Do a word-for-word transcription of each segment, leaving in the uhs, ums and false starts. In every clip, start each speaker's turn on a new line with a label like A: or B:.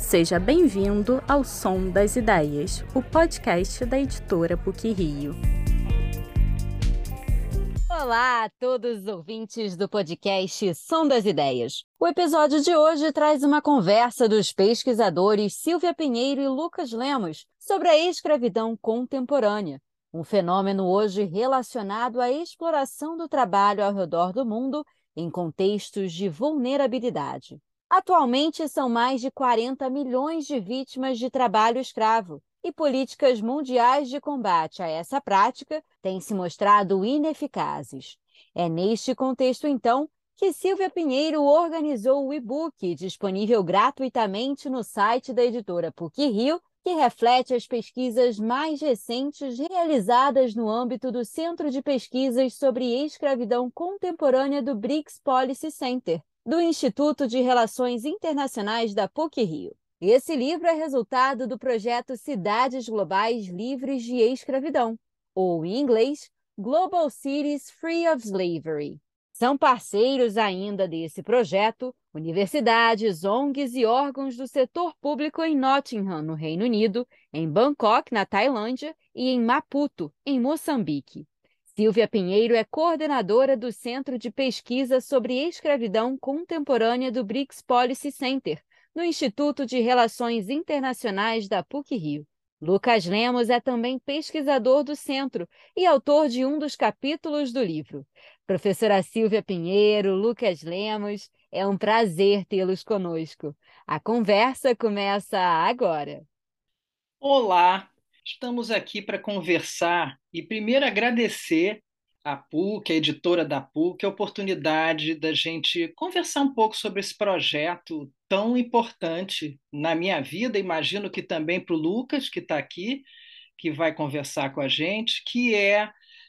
A: Seja bem-vindo ao Som das Ideias, o podcast da editora P U C Rio.
B: Olá a todos os ouvintes do podcast Som das Ideias. O episódio de hoje traz uma conversa dos pesquisadores Silvia Pinheiro e Lucas Lemos sobre a escravidão contemporânea, um fenômeno hoje relacionado à exploração do trabalho ao redor do mundo em contextos de vulnerabilidade. Atualmente, são mais de quarenta milhões de vítimas de trabalho escravo, e políticas mundiais de combate a essa prática têm se mostrado ineficazes. É neste contexto, então, que Silvia Pinheiro organizou o e-book disponível gratuitamente no site da editora P U C Rio, que reflete as pesquisas mais recentes realizadas no âmbito do Centro de Pesquisas sobre Escravidão Contemporânea do BRICS Policy Center, do Instituto de Relações Internacionais da P U C Rio. Esse livro é resultado do projeto Cidades Globais Livres de Escravidão, ou, em inglês, Global Cities Free of Slavery. São parceiros ainda desse projeto universidades, O N Gs e órgãos do setor público em Nottingham, no Reino Unido, em Bangkok, na Tailândia, e em Maputo, em Moçambique. Silvia Pinheiro é coordenadora do Centro de Pesquisa sobre Escravidão Contemporânea do BRICS Policy Center, no Instituto de Relações Internacionais da P U C Rio. Lucas Lemos é também pesquisador do centro e autor de um dos capítulos do livro. Professora Silvia Pinheiro, Lucas Lemos, é um prazer tê-los conosco. A conversa começa agora.
C: Olá, estamos aqui para conversar e primeiro agradecer à P U C, a editora da P U C, a oportunidade da gente conversar um pouco sobre esse projeto tão importante na minha vida, imagino que também para o Lucas, que está aqui, que vai conversar com a gente, que é,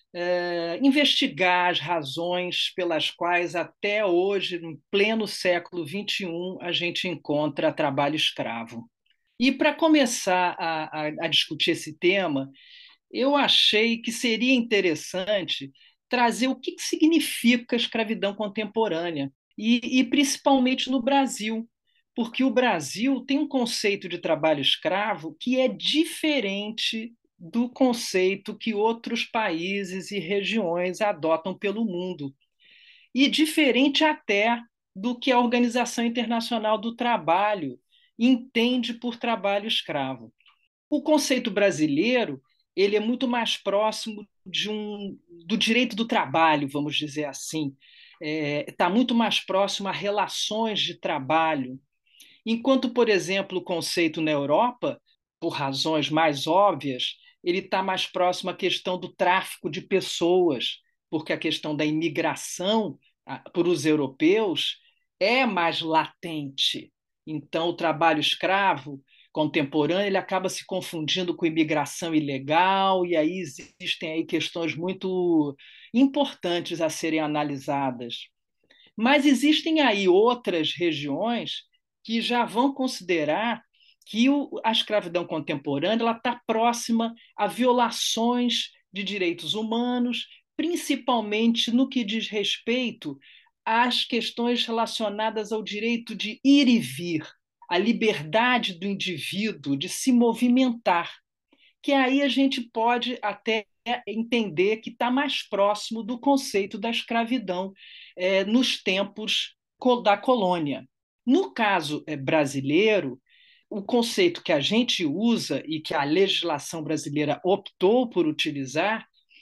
C: é investigar as razões pelas quais até hoje, no pleno século vinte e um, a gente encontra trabalho escravo. E para começar a, a, a discutir esse tema, eu achei que seria interessante trazer o que, que significa a escravidão contemporânea, e, e principalmente no Brasil, porque o Brasil tem um conceito de trabalho escravo que é diferente do conceito que outros países e regiões adotam pelo mundo, e diferente até do que a Organização Internacional do Trabalho entende por trabalho escravo. O conceito brasileiro ele é muito mais próximo de um, do direito do trabalho, vamos dizer assim. Está é, muito mais próximo a relações de trabalho. Enquanto, por exemplo, o conceito na Europa, por razões mais óbvias, ele está mais próximo à questão do tráfico de pessoas, porque a questão da imigração para os europeus é mais latente. Então, o trabalho escravo contemporâneo ele acaba se confundindo com imigração ilegal, e aí existem aí questões muito importantes a serem analisadas. Mas existem aí outras regiões que já vão considerar que o, a escravidão contemporânea está próxima a violações de direitos humanos, principalmente no que diz respeito às questões relacionadas ao direito de ir e vir, a liberdade do indivíduo de se movimentar, que aí a gente pode até entender que está mais próximo do conceito da escravidão eh, nos tempos da colônia. No caso eh, brasileiro, o conceito que a gente usa e que a legislação brasileira optou por utilizar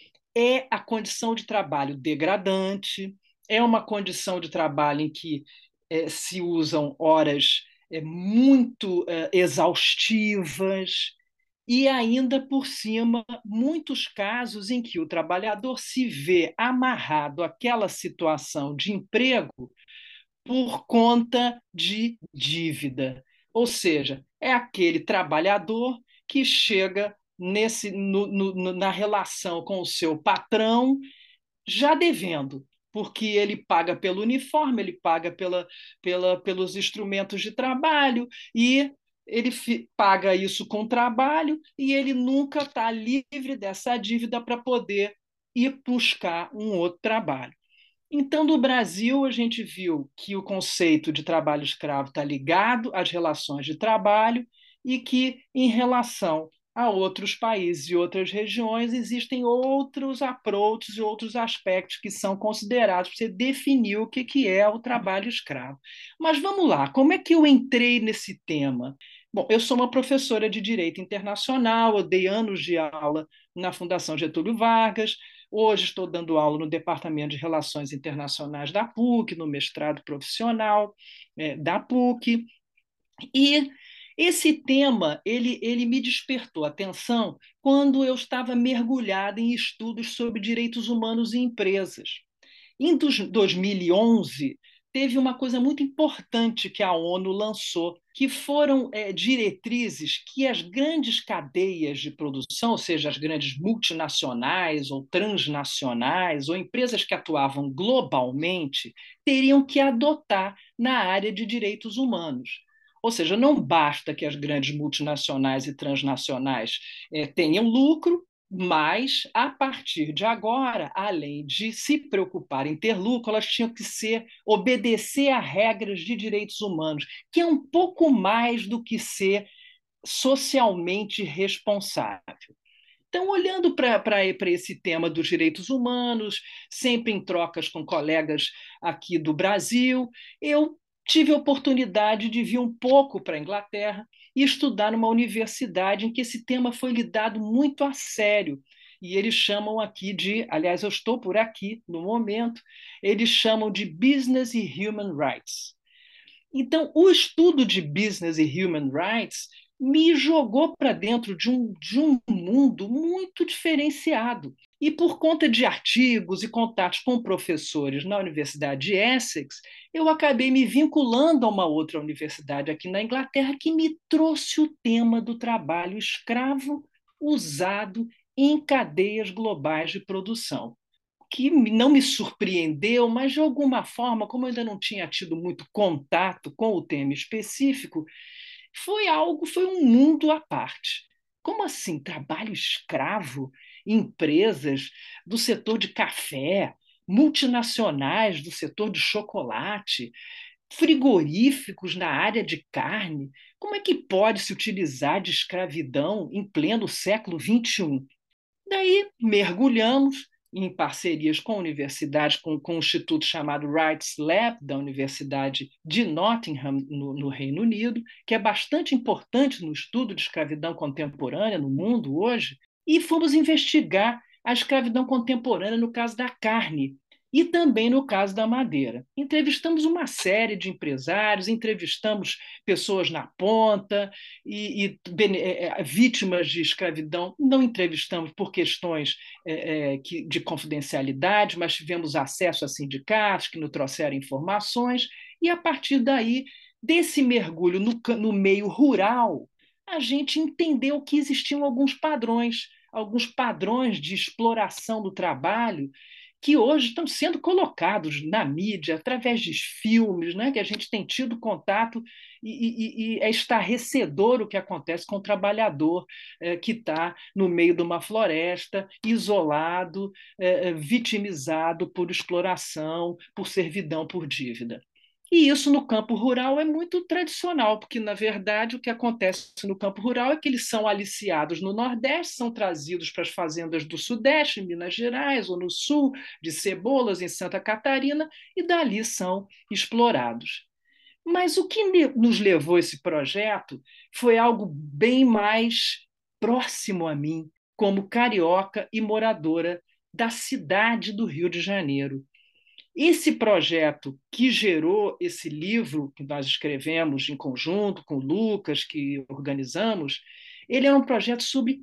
C: é a condição de trabalho degradante, é uma condição de trabalho em que eh, se usam horas eh, muito eh, exaustivas, e ainda por cima, muitos casos em que o trabalhador se vê amarrado àquela situação de emprego por conta de dívida. Ou seja, é aquele trabalhador que chega nesse, no, no, na relação com o seu patrão já devendo, porque ele paga pelo uniforme, ele paga pela, pela, pelos instrumentos de trabalho, e ele paga isso com trabalho, e ele nunca está livre dessa dívida para poder ir buscar um outro trabalho. Então, no Brasil, a gente viu que o conceito de trabalho escravo está ligado às relações de trabalho e que, em relação a outros países e outras regiões, existem outros approaches e outros aspectos que são considerados para você definir o que que é o trabalho escravo. Mas vamos lá, como é que eu entrei nesse tema? Bom, eu sou uma professora de Direito Internacional, eu dei anos de aula na Fundação Getúlio Vargas. Hoje estou dando aula no Departamento de Relações Internacionais da PUC, no mestrado profissional é, da PUC. E esse tema ele, ele me despertou atenção quando eu estava mergulhada em estudos sobre direitos humanos em empresas. Em dois mil e onze, teve uma coisa muito importante que a ONU lançou, que foram é, diretrizes que as grandes cadeias de produção, ou seja, as grandes multinacionais ou transnacionais, ou empresas que atuavam globalmente, teriam que adotar na área de direitos humanos. Ou seja, não basta que as grandes multinacionais e transnacionais é, tenham lucro, mas, a partir de agora, além de se preocupar em ter lucro, elas tinham que ser, obedecer a regras de direitos humanos, que é um pouco mais do que ser socialmente responsável. Então, olhando para esse tema dos direitos humanos, sempre em trocas com colegas aqui do Brasil, eu tive a oportunidade de vir um pouco para a Inglaterra e estudar numa universidade em que esse tema foi lidado muito a sério. E eles chamam aqui de, aliás, eu estou por aqui no momento, eles chamam de Business e Human Rights. Então, o estudo de Business e Human Rights me jogou para dentro de um, de um mundo muito diferenciado. E por conta de artigos e contatos com professores na Universidade de Essex, eu acabei me vinculando a uma outra universidade aqui na Inglaterra que me trouxe o tema do trabalho escravo usado em cadeias globais de produção, que não me surpreendeu, mas de alguma forma, como eu ainda não tinha tido muito contato com o tema específico, foi algo, foi um mundo à parte. Como assim? Trabalho escravo? Empresas do setor de café, multinacionais do setor de chocolate, frigoríficos na área de carne. Como é que pode se utilizar de escravidão em pleno século vinte e um? Daí mergulhamos em parcerias com universidades, com, com um instituto chamado Rights Lab, da Universidade de Nottingham, no, no Reino Unido, que é bastante importante no estudo de escravidão contemporânea no mundo hoje, e fomos investigar a escravidão contemporânea no caso da carne e também no caso da madeira. Entrevistamos uma série de empresários, entrevistamos pessoas na ponta e, e é, vítimas de escravidão. Não entrevistamos por questões é, é, que, de confidencialidade, mas tivemos acesso a sindicatos que nos trouxeram informações, e a partir daí, desse mergulho no, no meio rural, a gente entendeu que existiam alguns padrões, alguns padrões de exploração do trabalho que hoje estão sendo colocados na mídia, através de filmes, né, que a gente tem tido contato, e, e, e é estarrecedor o que acontece com o trabalhador é, que está no meio de uma floresta, isolado, é, vitimizado por exploração, por servidão, por dívida. E isso no campo rural é muito tradicional, porque, na verdade, o que acontece no campo rural é que eles são aliciados no Nordeste, são trazidos para as fazendas do Sudeste, em Minas Gerais, ou no Sul, de Cebolas, em Santa Catarina, e dali são explorados. Mas o que nos levou a esse projeto foi algo bem mais próximo a mim, como carioca e moradora da cidade do Rio de Janeiro. Esse projeto que gerou esse livro que nós escrevemos em conjunto com o Lucas, que organizamos, ele é um projeto sobre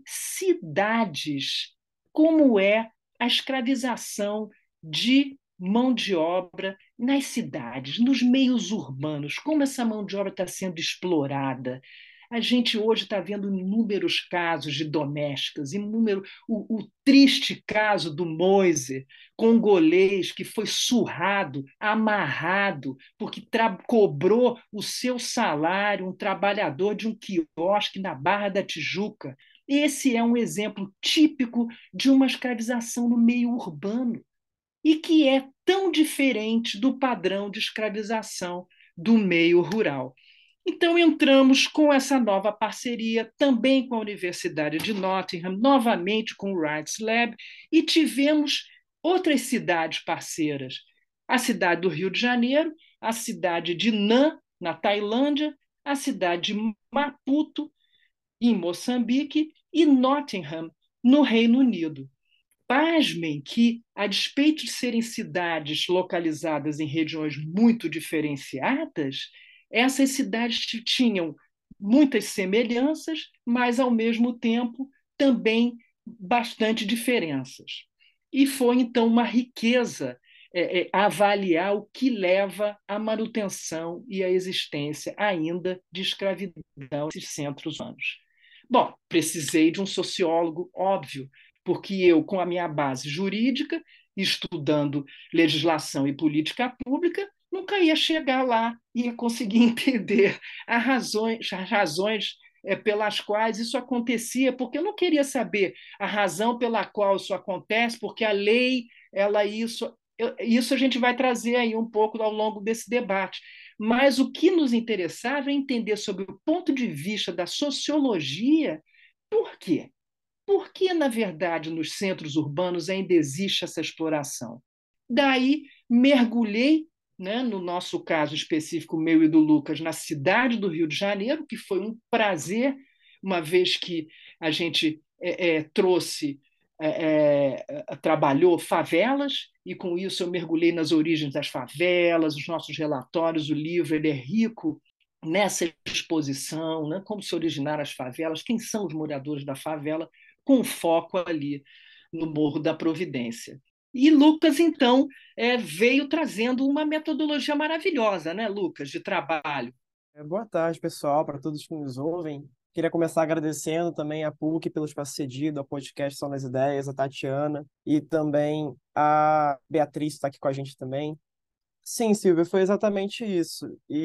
C: cidades, como é a escravização de mão de obra nas cidades, nos meios urbanos, como essa mão de obra está sendo explorada. A gente hoje está vendo inúmeros casos de domésticas, inúmero, o, o triste caso do Moise, congolês, que foi surrado, amarrado, porque cobrou o seu salário, um trabalhador de um quiosque na Barra da Tijuca. Esse é um exemplo típico de uma escravização no meio urbano. e que é tão diferente do padrão de escravização do meio rural. Então, entramos com essa nova parceria, também com a Universidade de Nottingham, novamente com o Rights Lab, e tivemos outras cidades parceiras. A cidade do Rio de Janeiro, a cidade de Nan, na Tailândia, a cidade de Maputo, em Moçambique, e Nottingham, no Reino Unido. Pasmem que, a despeito de serem cidades localizadas em regiões muito diferenciadas, essas cidades tinham muitas semelhanças, mas, ao mesmo tempo, também bastante diferenças. E foi, então, uma riqueza é, é, avaliar o que leva à manutenção e à existência ainda de escravidão nesses centros urbanos. Bom, precisei de um sociólogo, óbvio, porque eu, com a minha base jurídica, estudando legislação e política pública, nunca ia chegar lá e ia conseguir entender as razões, as razões é, pelas quais isso acontecia, porque eu não queria saber a razão pela qual isso acontece, porque a lei, ela isso, isso a gente vai trazer aí um pouco ao longo desse debate. Mas o que nos interessava é entender sobre o ponto de vista da sociologia, por quê? Por que, na verdade, nos centros urbanos ainda existe essa exploração? Daí, mergulhei, né, no nosso caso específico, meu e do Lucas, na cidade do Rio de Janeiro, que foi um prazer, uma vez que a gente é, é, trouxe, é, é, trabalhou favelas, e com isso eu mergulhei nas origens das favelas, os nossos relatórios, o livro ele é rico nessa exposição, né, como se originaram as favelas, quem são os moradores da favela, com foco ali no Morro da Providência. E Lucas, então, é, veio trazendo uma metodologia maravilhosa, né, Lucas, de trabalho.
D: É, Boa tarde, pessoal, para todos que nos ouvem. Queria começar agradecendo também a PUC pelo espaço cedido, ao podcast São das Ideias, a Tatiana e também a Beatriz está aqui com a gente também. Sim, Silvia, foi exatamente isso.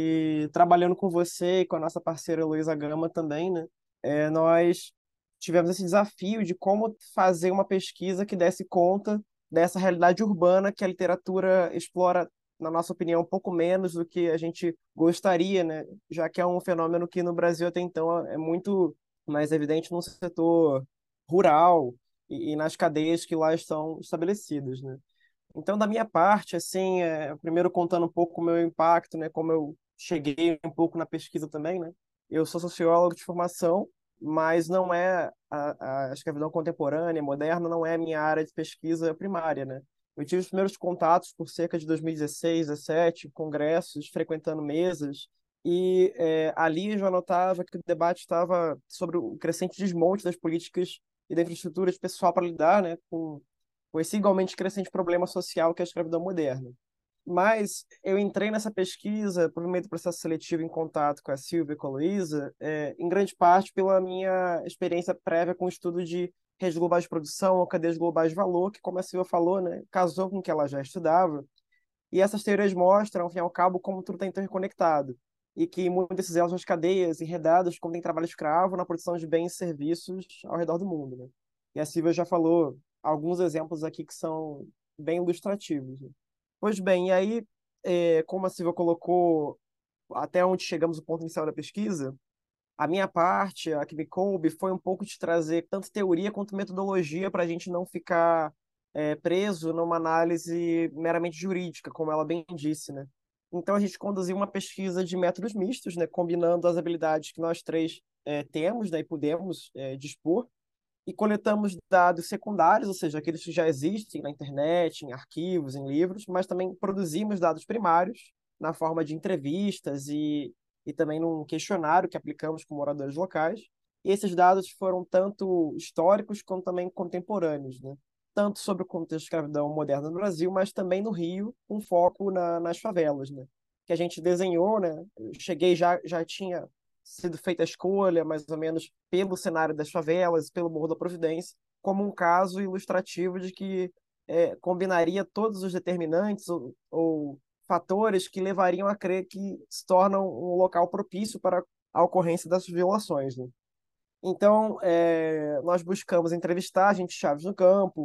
D: E trabalhando com você e com a nossa parceira Luísa Gama também, né? É, nós tivemos esse desafio de como fazer uma pesquisa que desse conta dessa realidade urbana que a literatura explora, na nossa opinião, um pouco menos do que a gente gostaria, né? Já que é um fenômeno que no Brasil até então é muito mais evidente no setor rural e, e nas cadeias que lá estão estabelecidas, né? Então, da minha parte, assim, é, primeiro contando um pouco o meu impacto, né, como eu cheguei um pouco na pesquisa também, né? Eu sou sociólogo de formação, mas não é a, a escravidão contemporânea, moderna, não é a minha área de pesquisa primária, né? Eu tive os primeiros contatos por cerca de dois mil e dezesseis, dezessete, congressos, frequentando mesas, e é, ali eu já notava que o debate estava sobre o crescente desmonte das políticas e da infraestrutura de pessoal para lidar, né, com com esse igualmente crescente problema social que é a escravidão moderna. Mas eu entrei nessa pesquisa, por meio do processo seletivo em contato com a Silvia e com a Luísa, é, em grande parte pela minha experiência prévia com o estudo de redes globais de produção ou cadeias globais de valor, que, como a Silvia falou, né, casou com o que ela já estudava. E essas teorias mostram, ao fim e ao cabo, como tudo está interconectado. E que muitos desses elos das cadeias enredadas contêm trabalho escravo na produção de bens e serviços ao redor do mundo, né? E a Silvia já falou alguns exemplos aqui que são bem ilustrativos, né? Pois bem, e aí, é, como a Silvia colocou, até onde chegamos o ponto inicial da pesquisa, a minha parte, a que me coube, foi um pouco de trazer tanto teoria quanto metodologia para a gente não ficar é, preso numa análise meramente jurídica, como ela bem disse, né? Então a gente conduziu uma pesquisa de métodos mistos, né, combinando as habilidades que nós três é, temos, né, e podemos é, dispor, e coletamos dados secundários, ou seja, aqueles que já existem na internet, em arquivos, em livros, mas também produzimos dados primários na forma de entrevistas e, e também num questionário que aplicamos com moradores locais. E esses dados foram tanto históricos quanto também contemporâneos, né? Tanto sobre o contexto de escravidão moderna no Brasil, mas também no Rio, com foco na, nas favelas, né? Que a gente desenhou, né? Eu cheguei já já tinha sido feita a escolha, mais ou menos, pelo cenário das favelas, pelo Morro da Providência, como um caso ilustrativo de que é, combinaria todos os determinantes ou, ou fatores que levariam a crer que se tornam um local propício para a ocorrência dessas violações, né? Então, é, nós buscamos entrevistar agentes chaves no campo,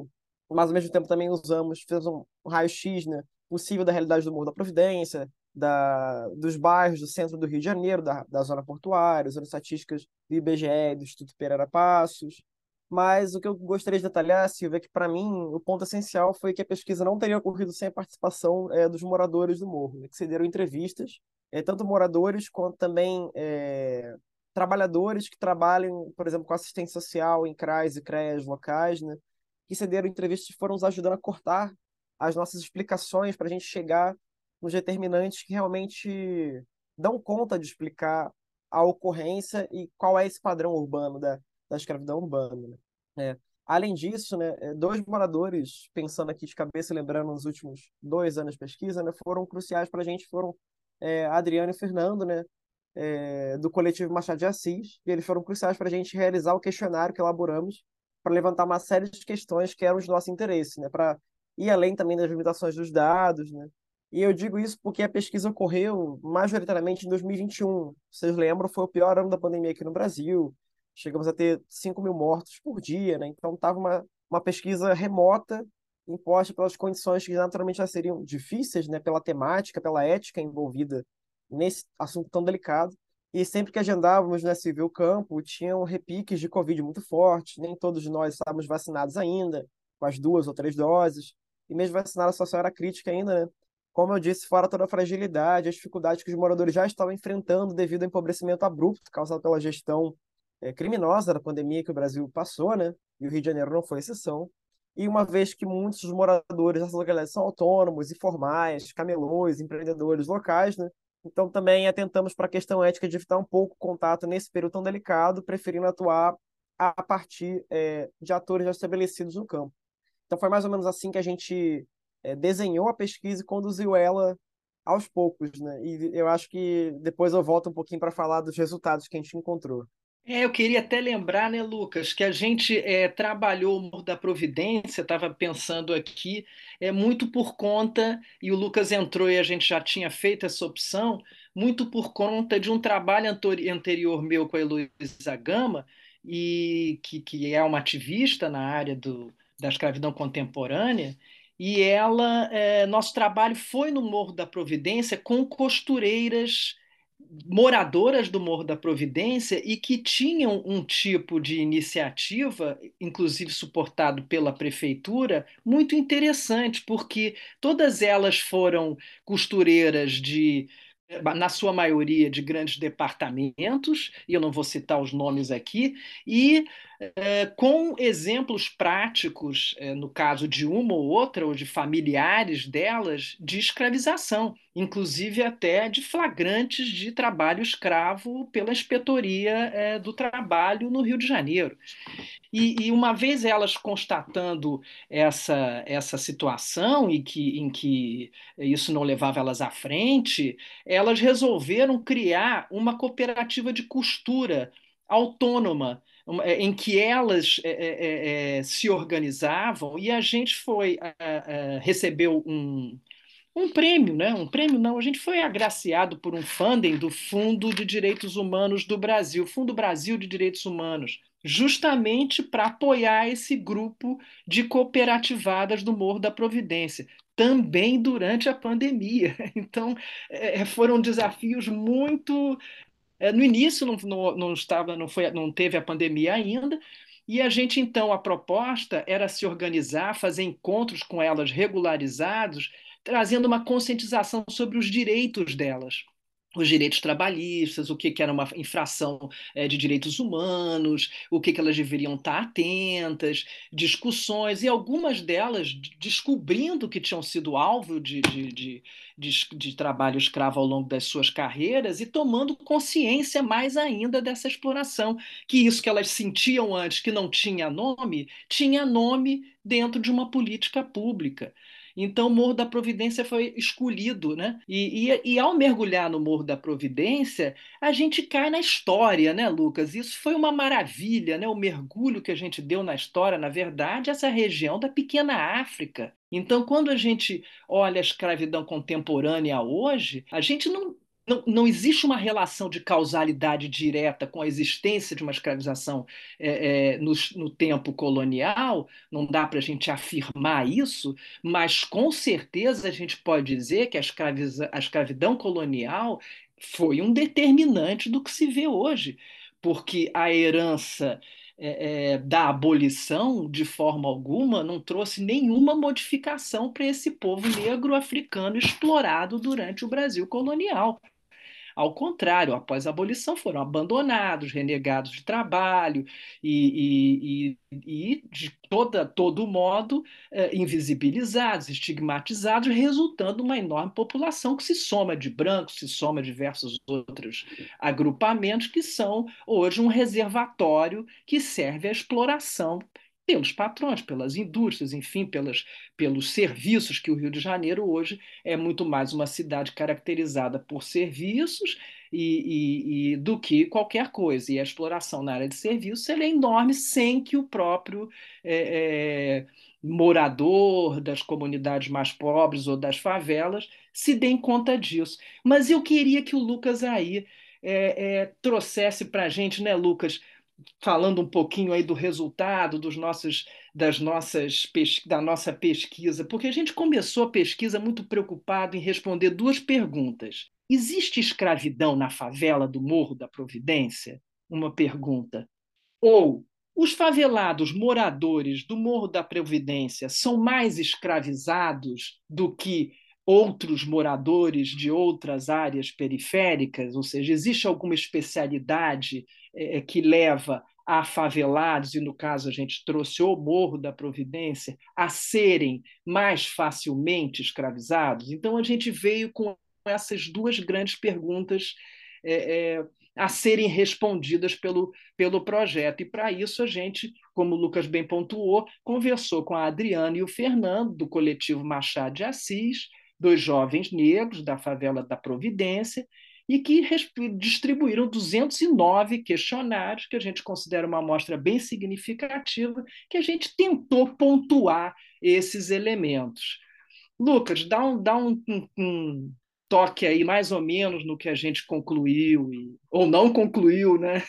D: mas ao mesmo tempo também usamos, fizemos um um raio-x, né, possível da realidade do Morro da Providência, da, dos bairros do centro do Rio de Janeiro, da, da zona portuária, usando estatísticas do I B G E, do Instituto Pereira Passos. Mas o que eu gostaria de detalhar, Silvia, é que para mim o ponto essencial foi que a pesquisa não teria ocorrido sem a participação eh, dos moradores do morro, né, que cederam entrevistas, eh, tanto moradores quanto também eh, trabalhadores que trabalham, por exemplo, com assistência social em C R A S e C R E As locais, né, que cederam entrevistas e foram nos ajudando a cortar as nossas explicações para a gente chegar nos determinantes que realmente dão conta de explicar a ocorrência e qual é esse padrão urbano da, da escravidão urbana, né? É. Além disso, né, é, dois moradores, pensando aqui de cabeça, lembrando nos últimos dois anos de pesquisa, né, foram cruciais para a gente, foram é, Adriano e Fernando, né, é, do coletivo Machado de Assis, e eles foram cruciais para a gente realizar o questionário que elaboramos para levantar uma série de questões que eram de nosso interesse, né, para ir além também das limitações dos dados, né. E eu digo isso porque a pesquisa ocorreu majoritariamente em dois mil e vinte e um. Vocês lembram, foi o pior ano da pandemia aqui no Brasil. Chegamos a ter cinco mil mortos por dia, né? Então estava uma, uma pesquisa remota, imposta pelas condições que naturalmente já seriam difíceis, né? Pela temática, pela ética envolvida nesse assunto tão delicado. E sempre que agendávamos, né, se ver o campo, tinham repiques de Covid muito fortes. Nem todos nós estávamos vacinados ainda, com as duas ou três doses. E mesmo vacinado, a situação era crítica ainda, né? Como eu disse, fora toda a fragilidade, as dificuldades que os moradores já estavam enfrentando devido ao empobrecimento abrupto causado pela gestão eh, criminosa da pandemia que o Brasil passou, né? E o Rio de Janeiro não foi exceção. E uma vez que muitos dos moradores dessas localidades são autônomos, informais, camelôs, empreendedores locais, né? Então também atentamos para a questão ética de evitar um pouco o contato nesse período tão delicado, preferindo atuar a partir eh, de atores já estabelecidos no campo. Então foi mais ou menos assim que a gente é, desenhou a pesquisa e conduziu ela aos poucos, né? E eu acho que depois eu volto um pouquinho para falar dos resultados que a gente encontrou.
C: É, eu queria até lembrar, né, Lucas, que a gente é, trabalhou o Morro da Providência, estava pensando aqui, é muito por conta, e o Lucas entrou e a gente já tinha feito essa opção, muito por conta de um trabalho antori- anterior meu com a Heloísa Gama, e que, que é uma ativista na área do, da escravidão contemporânea, e ela, é, nosso trabalho foi no Morro da Providência com costureiras moradoras do Morro da Providência e que tinham um tipo de iniciativa, inclusive suportado pela prefeitura, muito interessante, porque todas elas foram costureiras de, na sua maioria, de grandes departamentos, e eu não vou citar os nomes aqui, e é, com exemplos práticos, é, no caso de uma ou outra, ou de familiares delas, de escravização, inclusive até de flagrantes de trabalho escravo pela Inspetoria, é, do Trabalho no Rio de Janeiro. E, e uma vez elas constatando essa, essa situação e que, em que isso não levava elas à frente, elas resolveram criar uma cooperativa de costura autônoma, uma- em que elas é, é, é, se organizavam e a gente foi é, é, recebeu um, um prêmio, né? Um prêmio não, a gente foi agraciado por um funding do Fundo de Direitos Humanos do Brasil, Fundo Brasil de Direitos Humanos, justamente para apoiar esse grupo de cooperativadas do Morro da Providência, também durante a pandemia. Então, é, foram desafios muito. É, no início não, não, não estava, não foi, não teve a pandemia ainda. E a gente, então, a proposta era se organizar, fazer encontros com elas regularizados, trazendo uma conscientização sobre os direitos delas, os direitos trabalhistas, o que, que era uma infração eh, de direitos humanos, o que, que elas deveriam estar atentas, discussões, e algumas delas de- descobrindo que tinham sido alvo de, de, de, de, de trabalho escravo ao longo das suas carreiras e tomando consciência mais ainda dessa exploração, que isso que elas sentiam antes que não tinha nome, tinha nome dentro de uma política pública. Então, o Morro da Providência foi escolhido, né? E, e, e ao mergulhar no Morro da Providência, a gente cai na história, né, Lucas? Isso foi uma maravilha, né? O mergulho que a gente deu na história, na verdade, essa região da pequena África. Então, quando a gente olha a escravidão contemporânea hoje, a gente não não, não existe uma relação de causalidade direta com a existência de uma escravização é, é, no, no tempo colonial, não dá para a gente afirmar isso, mas com certeza a gente pode dizer que a, escraviza, a escravidão colonial foi um determinante do que se vê hoje, porque a herança é, é, da abolição, de forma alguma, não trouxe nenhuma modificação para esse povo negro africano explorado durante o Brasil colonial. Ao contrário, após a abolição foram abandonados, renegados de trabalho e, e, e, e de toda, todo modo, eh, invisibilizados, estigmatizados, resultando uma enorme população que se soma de brancos, se soma de diversos outros agrupamentos que são hoje um reservatório que serve à exploração pelos patrões, pelas indústrias, enfim, pelas, pelos serviços que o Rio de Janeiro hoje é muito mais uma cidade caracterizada por serviços e, e, e do que qualquer coisa. E a exploração na área de serviços ela é enorme sem que o próprio é, é, morador das comunidades mais pobres ou das favelas se deem conta disso. Mas eu queria que o Lucas aí é, é, trouxesse para a gente, né, Lucas, falando um pouquinho aí do resultado dos nossos, das nossas, da nossa pesquisa, porque a gente começou a pesquisa muito preocupado em responder duas perguntas. Existe escravidão na favela do Morro da Providência? Uma pergunta. Ou os favelados moradores do Morro da Providência são mais escravizados do que outros moradores de outras áreas periféricas? Ou seja, existe alguma especialidade eh, que leva a favelados, e no caso a gente trouxe o Morro da Providência, a serem mais facilmente escravizados? Então a gente veio com essas duas grandes perguntas eh, eh, a serem respondidas pelo, pelo projeto. E para isso a gente, como o Lucas bem pontuou, conversou com a Adriana e o Fernando, do coletivo Machado de Assis, dois jovens negros da favela da Providência, e que distribuíram duzentos e nove questionários, que a gente considera uma amostra bem significativa, que a gente tentou pontuar esses elementos. Lucas, dá um, dá um, um, um toque aí mais ou menos no que a gente concluiu e, ou não concluiu, né?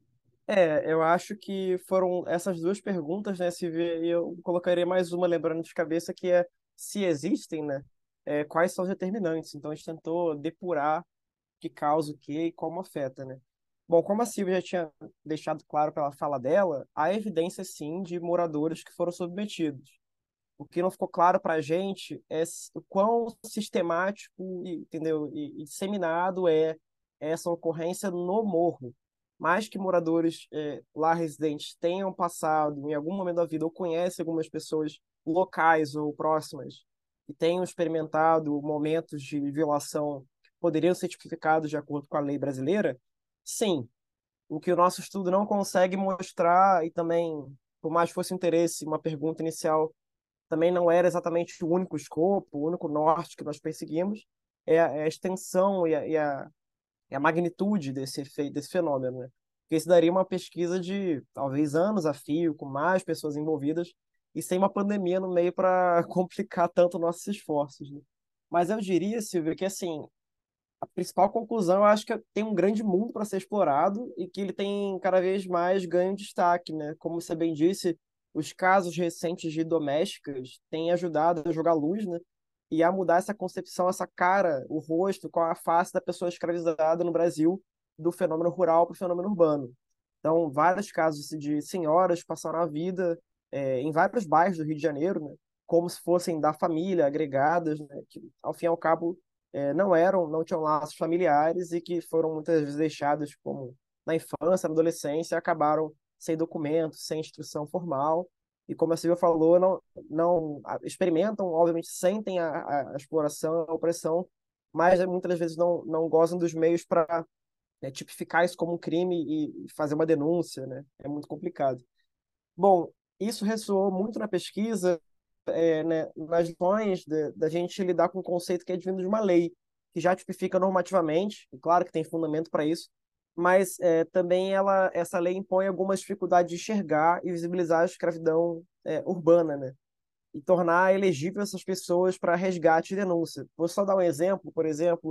D: É, eu acho que foram essas duas perguntas, né, Silvia, e eu colocaria mais uma lembrando de cabeça, que é se existem, né, é, quais são os determinantes. Então a gente tentou depurar o que causa o quê e como afeta, né. Bom, como a Silvia já tinha deixado claro pela fala dela, há evidência sim de moradores que foram submetidos. O que não ficou claro para a gente é s- o quão sistemático, e, entendeu, e, e disseminado é essa ocorrência no morro. Mais que moradores eh, lá residentes tenham passado em algum momento da vida ou conhecem algumas pessoas locais ou próximas que tenham experimentado momentos de violação que poderiam ser tipificados de acordo com a lei brasileira, sim. O que o nosso estudo não consegue mostrar, e também, por mais que fosse interesse, uma pergunta inicial também não era exatamente o único escopo, o único norte que nós perseguimos, é a, é a extensão e a, e, a, e a magnitude desse efeito, desse fenômeno, né? Porque isso daria uma pesquisa de talvez anos a fio, com mais pessoas envolvidas e sem uma pandemia no meio para complicar tanto nossos esforços, né? Mas eu diria, Silvio, que assim, a principal conclusão, eu acho que tem um grande mundo para ser explorado e que ele tem cada vez mais ganho destaque, né? Como você bem disse, os casos recentes de domésticas têm ajudado a jogar luz, né? E a mudar essa concepção, essa cara, o rosto, com a face da pessoa escravizada no Brasil, do fenômeno rural para o fenômeno urbano. Então, vários casos de senhoras que passaram a vida é, em vários bairros do Rio de Janeiro, né? Como se fossem da família, agregadas, né? Que, ao fim e ao cabo, é, não eram, não tinham laços familiares e que foram muitas vezes deixados como na infância, na adolescência, e acabaram sem documento, sem instrução formal. E como a Silvia falou, não, não experimentam, obviamente sentem a, a, a exploração, a opressão, mas muitas vezes não, não gozam dos meios para é, tipificar isso como um crime e fazer uma denúncia, né? É muito complicado. Bom, isso ressoou muito na pesquisa, é, né, nas lições da, da gente lidar com um conceito que é advindo de uma lei, que já tipifica normativamente, e claro que tem fundamento para isso, mas é, também ela, essa lei impõe algumas dificuldades de enxergar e visibilizar a escravidão é, urbana, né? E tornar elegível essas pessoas para resgate e denúncia. Vou só dar um exemplo, por exemplo,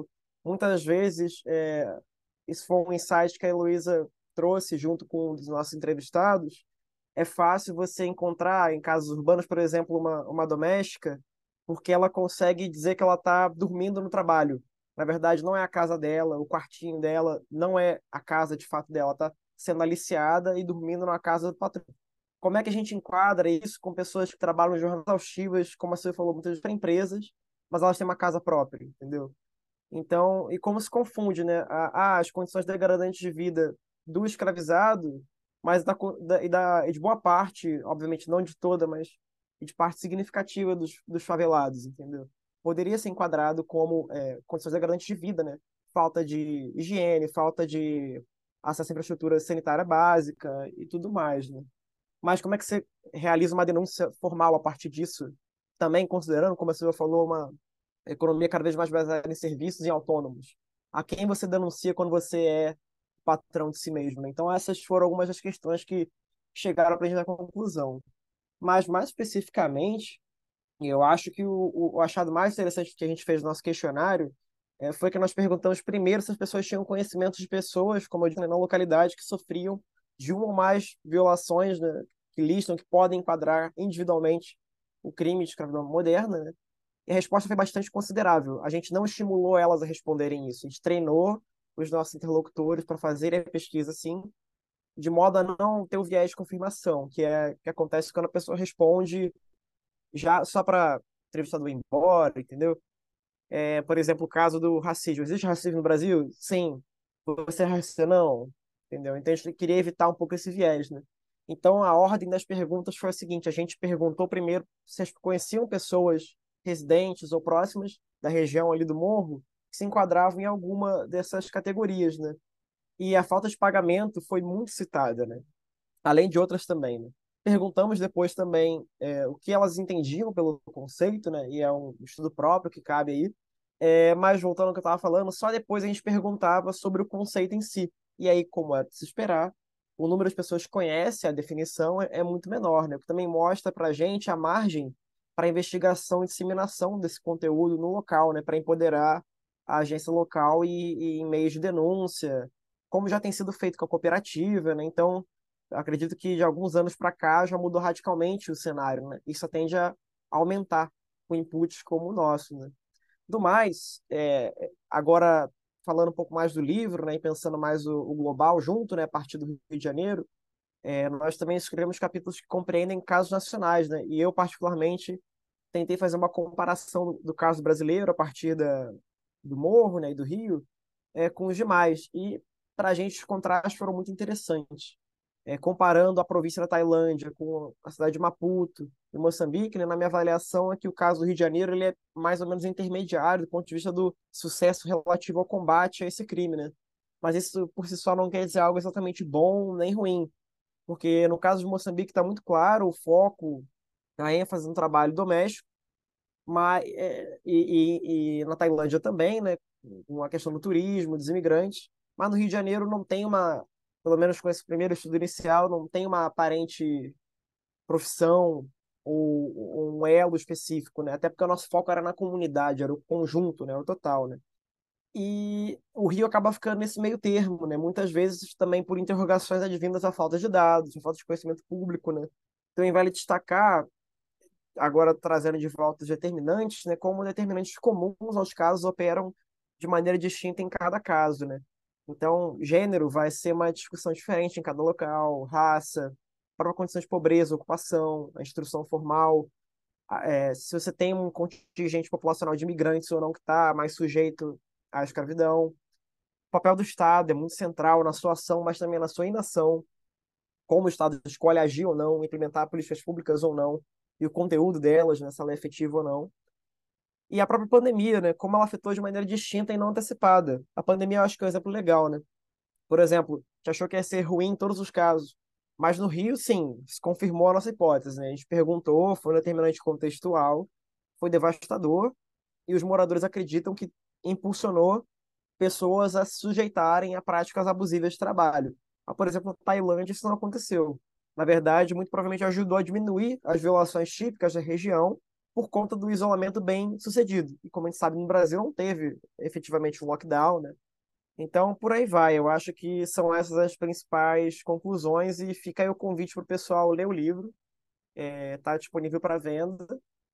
D: Muitas vezes, é, isso foi um insight que a Heloísa trouxe junto com um dos nossos entrevistados. É fácil você encontrar, em casos urbanos, por exemplo, uma, uma doméstica, porque ela consegue dizer que ela está dormindo no trabalho. Na verdade, não é a casa dela, o quartinho dela não é a casa de fato dela, está sendo aliciada e dormindo na casa do patrão. Como é que a gente enquadra isso com pessoas que trabalham em jornadas exaustivas, como você falou, muitas vezes para empresas, mas elas têm uma casa própria, entendeu? Então, e como se confunde, né? Ah, as condições degradantes de vida do escravizado, mas da, co- da, e, da, e de boa parte, obviamente não de toda, mas de parte significativa dos, dos favelados, entendeu? Poderia ser enquadrado como é, condições degradantes de vida, né? Falta de higiene, falta de acesso à infraestrutura sanitária básica e tudo mais, né? Mas como é que você realiza uma denúncia formal a partir disso? Também considerando, como a senhora falou, uma economia cada vez mais baseada em serviços e autônomos. A quem você denuncia quando você é patrão de si mesmo, né? Então, essas foram algumas das questões que chegaram para a gente à conclusão. Mas, mais especificamente, eu acho que o, o achado mais interessante que a gente fez no nosso questionário é, foi que nós perguntamos primeiro se as pessoas tinham conhecimento de pessoas, como eu disse, né, na localidade, que sofriam de uma ou mais violações, né, que listam, que podem enquadrar individualmente o crime de escravidão moderna, né? E a resposta foi bastante considerável. A gente não estimulou elas a responderem isso. A gente treinou os nossos interlocutores para fazerem a pesquisa assim, de modo a não ter o viés de confirmação, que é que acontece quando a pessoa responde já só para o entrevistador ir embora, entendeu? É, por exemplo, o caso do racismo. Existe racismo no Brasil? Sim. Você é racista? Não. Entendeu? Então a gente queria evitar um pouco esse viés, né? Então a ordem das perguntas foi a seguinte: a gente perguntou primeiro se as conheciam pessoas residentes ou próximas da região ali do morro que se enquadravam em alguma dessas categorias, né? E a falta de pagamento foi muito citada, né? Além de outras também, né? Perguntamos depois também é, o que elas entendiam pelo conceito, né? E é um estudo próprio que cabe aí. É, mas voltando ao que eu estava falando, só depois a gente perguntava sobre o conceito em si. E aí, como é de se esperar, o número de pessoas que conhece a definição é, é muito menor, né? O que também mostra para a gente a margem para investigação e disseminação desse conteúdo no local, né? Para empoderar a agência local e, e em meios de denúncia, como já tem sido feito com a cooperativa, né? Então, acredito que de alguns anos para cá já mudou radicalmente o cenário, né? Isso tende a aumentar com inputs como o nosso, né? Do mais, é, agora falando um pouco mais do livro, né, e pensando mais o, o global junto, né, a partir do Rio de Janeiro, é, nós também escrevemos capítulos que compreendem casos nacionais, né? E eu particularmente tentei fazer uma comparação do, do caso brasileiro a partir da, do Morro, né, e do Rio, é, com os demais. E para a gente os contrastes foram muito interessantes. É, comparando a província da Tailândia com a cidade de Maputo, em Moçambique, né, na minha avaliação é que o caso do Rio de Janeiro ele é mais ou menos intermediário do ponto de vista do sucesso relativo ao combate a esse crime, né? Mas isso por si só não quer dizer algo exatamente bom nem ruim, porque no caso de Moçambique está muito claro o foco, a ênfase no trabalho doméstico, mas é, e, e, e na Tailândia também, né, com a questão do turismo, dos imigrantes, mas no Rio de Janeiro não tem uma, pelo menos com esse primeiro estudo inicial, não tem uma aparente profissão ou, ou um elo específico, né? Até porque o nosso foco era na comunidade, era o conjunto, né? O total, né? E o Rio acaba ficando nesse meio termo, né? Muitas vezes também por interrogações advindas à falta de dados, à falta de conhecimento público, né? Também vale destacar, agora trazendo de volta os determinantes, né? Como determinantes comuns aos casos operam de maneira distinta em cada caso, né? Então, gênero vai ser uma discussão diferente em cada local, raça, própria condição de pobreza, ocupação, a instrução formal, é, se você tem um contingente populacional de imigrantes ou não que está mais sujeito à escravidão. O papel do Estado é muito central na sua ação, mas também na sua inação, como o Estado escolhe agir ou não, implementar políticas públicas ou não, e o conteúdo delas, né, se ela é efetiva ou não. E a própria pandemia, né, como ela afetou de maneira distinta e não antecipada. A pandemia eu acho que é um exemplo legal, né? Por exemplo, a gente achou que ia ser ruim em todos os casos, mas no Rio, sim, se confirmou a nossa hipótese, né? A gente perguntou, foi um determinante contextual, foi devastador, e os moradores acreditam que impulsionou pessoas a se sujeitarem a práticas abusivas de trabalho. Mas, por exemplo, na Tailândia isso não aconteceu. Na verdade, muito provavelmente ajudou a diminuir as violações típicas da região por conta do isolamento bem sucedido. E como a gente sabe, no Brasil não teve efetivamente um lockdown, né? Então, por aí vai. Eu acho que são essas as principais conclusões e fica aí o convite para o pessoal ler o livro. Está disponível para venda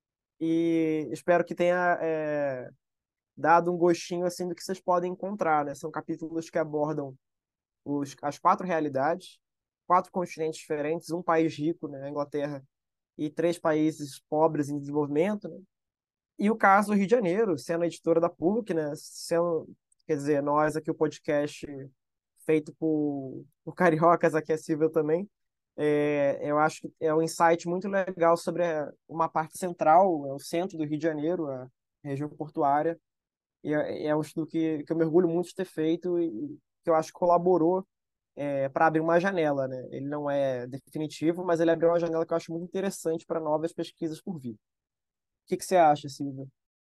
D: e espero que tenha é, dado um gostinho assim do que vocês podem encontrar, né? São capítulos que abordam os, as quatro realidades, quatro continentes diferentes, um país rico, né, a Inglaterra, e três países pobres em desenvolvimento, né? E o caso do Rio de Janeiro, sendo a editora da PUC, né, sendo, quer dizer, nós aqui o podcast feito por, por cariocas aqui acessível também, é, eu acho que é um insight muito legal sobre a, uma parte central, é o centro do Rio de Janeiro, a região portuária, e é, é um estudo que, que eu me orgulho muito de ter feito e que eu acho que colaborou é, para abrir uma janela, né? Ele não é definitivo, mas ele abriu uma janela que eu acho muito interessante para novas pesquisas por vir. O que que você acha, Silvia?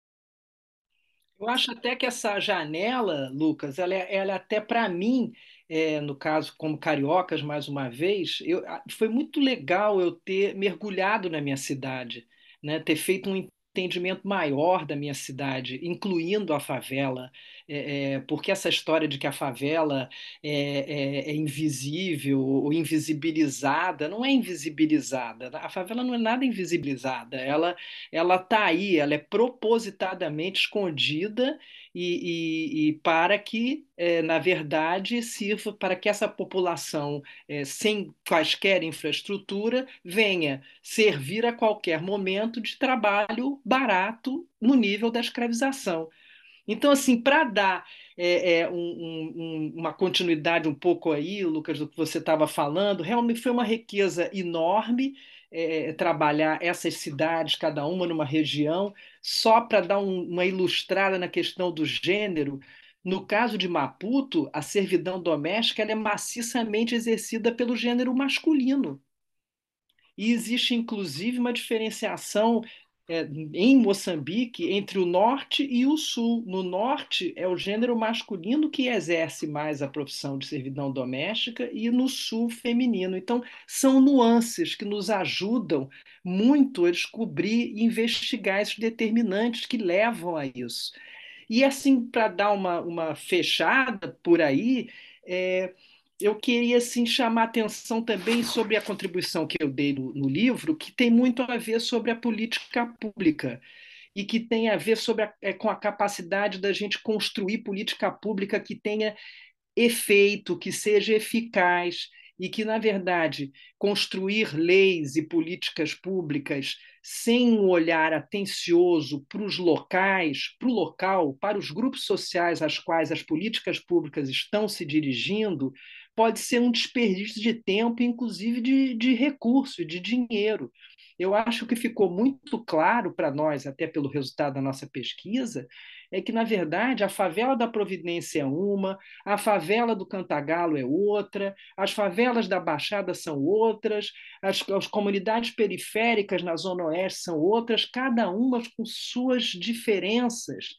C: Eu acho até que essa janela, Lucas, ela é, ela é até para mim, é, no caso como cariocas, mais uma vez, eu, a- foi muito legal eu ter mergulhado na minha cidade, né? Ter feito um entendimento maior da minha cidade, incluindo a favela, é, é, porque essa história de que a favela é, é- é invisível ou invisibilizada, não é invisibilizada. A favela não é nada invisibilizada, ela ela está aí, ela é propositadamente escondida e, e- e para que, eh, na verdade, sirva para que essa população, eh, sem quaisquer infraestrutura, venha servir a qualquer momento de trabalho barato no nível da escravização. Então, assim, para dar é, é, um- um- um- uma continuidade um pouco aí, Lucas, do que você estava falando, realmente foi uma riqueza enorme é, trabalhar essas cidades, cada uma numa região, só para dar um- uma ilustrada na questão do gênero. No caso de Maputo, a servidão doméstica ela é maciçamente exercida pelo gênero masculino. E existe, inclusive, uma diferenciação é, em Moçambique entre o norte e o sul. No norte, é o gênero masculino que exerce mais a profissão de servidão doméstica e no sul, feminino. Então, são nuances que nos ajudam muito a descobrir e investigar esses determinantes que levam a isso. E assim, para dar uma, uma fechada por aí, é, eu queria assim, chamar a atenção também sobre a contribuição que eu dei no, no livro, que tem muito a ver sobre a política pública e que tem a ver sobre a, é, com a capacidade da gente construir política pública que tenha efeito, que seja eficaz e que, na verdade, construir leis e políticas públicas sem um olhar atencioso para os locais, para o local, para os grupos sociais às quais as políticas públicas estão se dirigindo, pode ser um desperdício de tempo, inclusive de, de recurso, de dinheiro. Eu acho que ficou muito claro para nós, até pelo resultado da nossa pesquisa, é que, na verdade, a favela da Providência é uma, a favela do Cantagalo é outra, as favelas da Baixada são outras, as, as comunidades periféricas na Zona Oeste são outras, cada uma com suas diferenças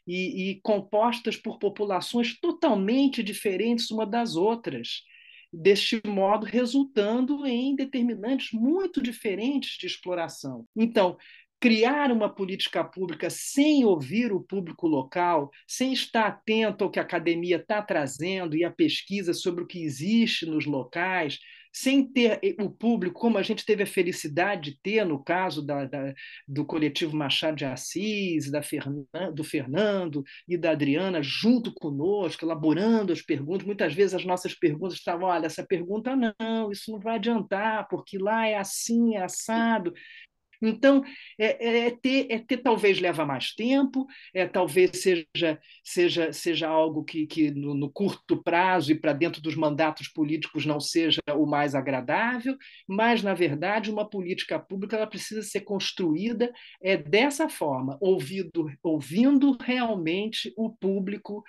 C: e, e compostas por populações totalmente diferentes uma das outras. Deste modo, resultando em determinantes muito diferentes de exploração. Então, criar uma política pública sem ouvir o público local, sem estar atento ao que a academia está trazendo e a pesquisa sobre o que existe nos locais, sem ter o público, como a gente teve a felicidade de ter no caso da, da, do coletivo Machado de Assis, da Fernan, do Fernando e da Adriana, junto conosco, elaborando as perguntas. Muitas vezes as nossas perguntas estavam: olha, essa pergunta não, isso não vai adiantar, porque lá é assim, é assado. Então, é, é, é ter, é ter, talvez leva mais tempo, é, talvez seja, seja, seja algo que, que no, no curto prazo e para dentro dos mandatos políticos não seja o mais agradável, mas, na verdade, uma política pública ela precisa ser construída é, dessa forma, ouvido, ouvindo realmente o público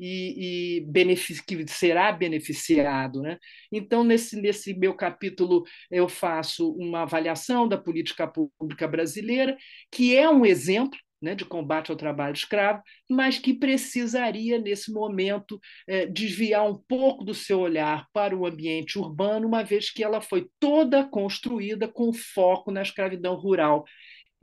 C: e, e benefici, que será beneficiado. Né? Então, nesse, nesse meu capítulo, eu faço uma avaliação da política pública brasileira, que é um exemplo, né, de combate ao trabalho escravo, mas que precisaria, nesse momento, eh, desviar um pouco do seu olhar para o ambiente urbano, uma vez que ela foi toda construída com foco na escravidão rural.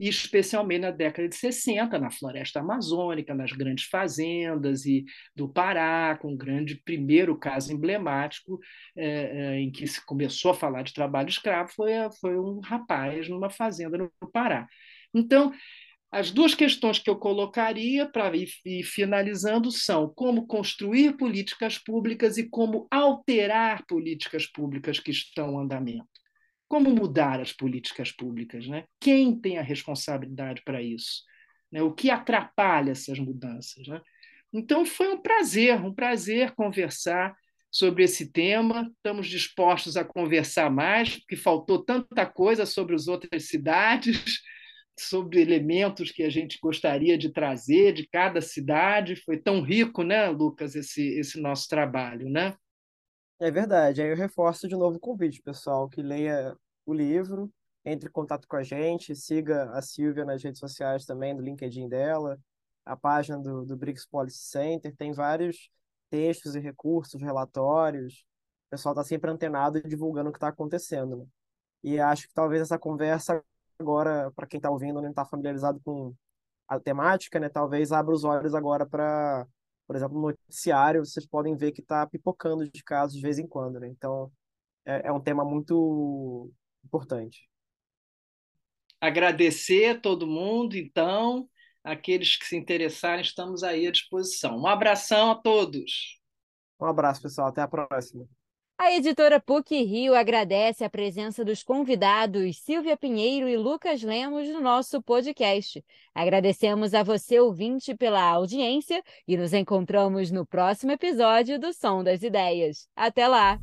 C: e especialmente na década de sessenta, na floresta amazônica, nas grandes fazendas e do Pará, com um grande primeiro caso emblemático é, é, em que se começou a falar de trabalho escravo, foi, foi um rapaz numa fazenda no Pará. Então, as duas questões que eu colocaria para ir, ir finalizando são como construir políticas públicas e como alterar políticas públicas que estão em andamento. Como mudar as políticas públicas, né? Quem tem a responsabilidade para isso? Né? O que atrapalha essas mudanças? Né? Então, foi um prazer, um prazer conversar sobre esse tema. Estamos dispostos a conversar mais, porque faltou tanta coisa sobre as outras cidades, sobre elementos que a gente gostaria de trazer de cada cidade. Foi tão rico, né, Lucas, esse, esse nosso trabalho, né?
D: É verdade. Aí eu reforço de novo o convite, pessoal, que leia o livro, entre em contato com a gente, siga a Silvia nas redes sociais também, no LinkedIn dela, a página do, do BRICS Policy Center, tem vários textos e recursos, relatórios. O pessoal está sempre antenado e divulgando o que está acontecendo, né? E acho que talvez essa conversa agora, para quem está ouvindo, não está familiarizado com a temática, né? Talvez abra os olhos agora para, por exemplo, no noticiário, vocês podem ver que está pipocando de casos de vez em quando, né? Então, é, é um tema muito importante.
C: Agradecer a todo mundo, então, aqueles que se interessarem, estamos aí à disposição. Um abração a todos.
D: Um abraço, pessoal. Até a próxima.
B: A editora PUC-Rio agradece a presença dos convidados Silvia Pinheiro e Lucas Lemos no nosso podcast. Agradecemos a você, ouvinte, pela audiência e nos encontramos no próximo episódio do Som das Ideias. Até lá!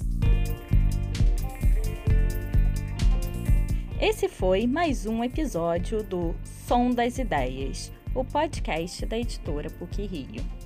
A: Esse foi mais um episódio do Som das Ideias, o podcast da editora PUC-Rio.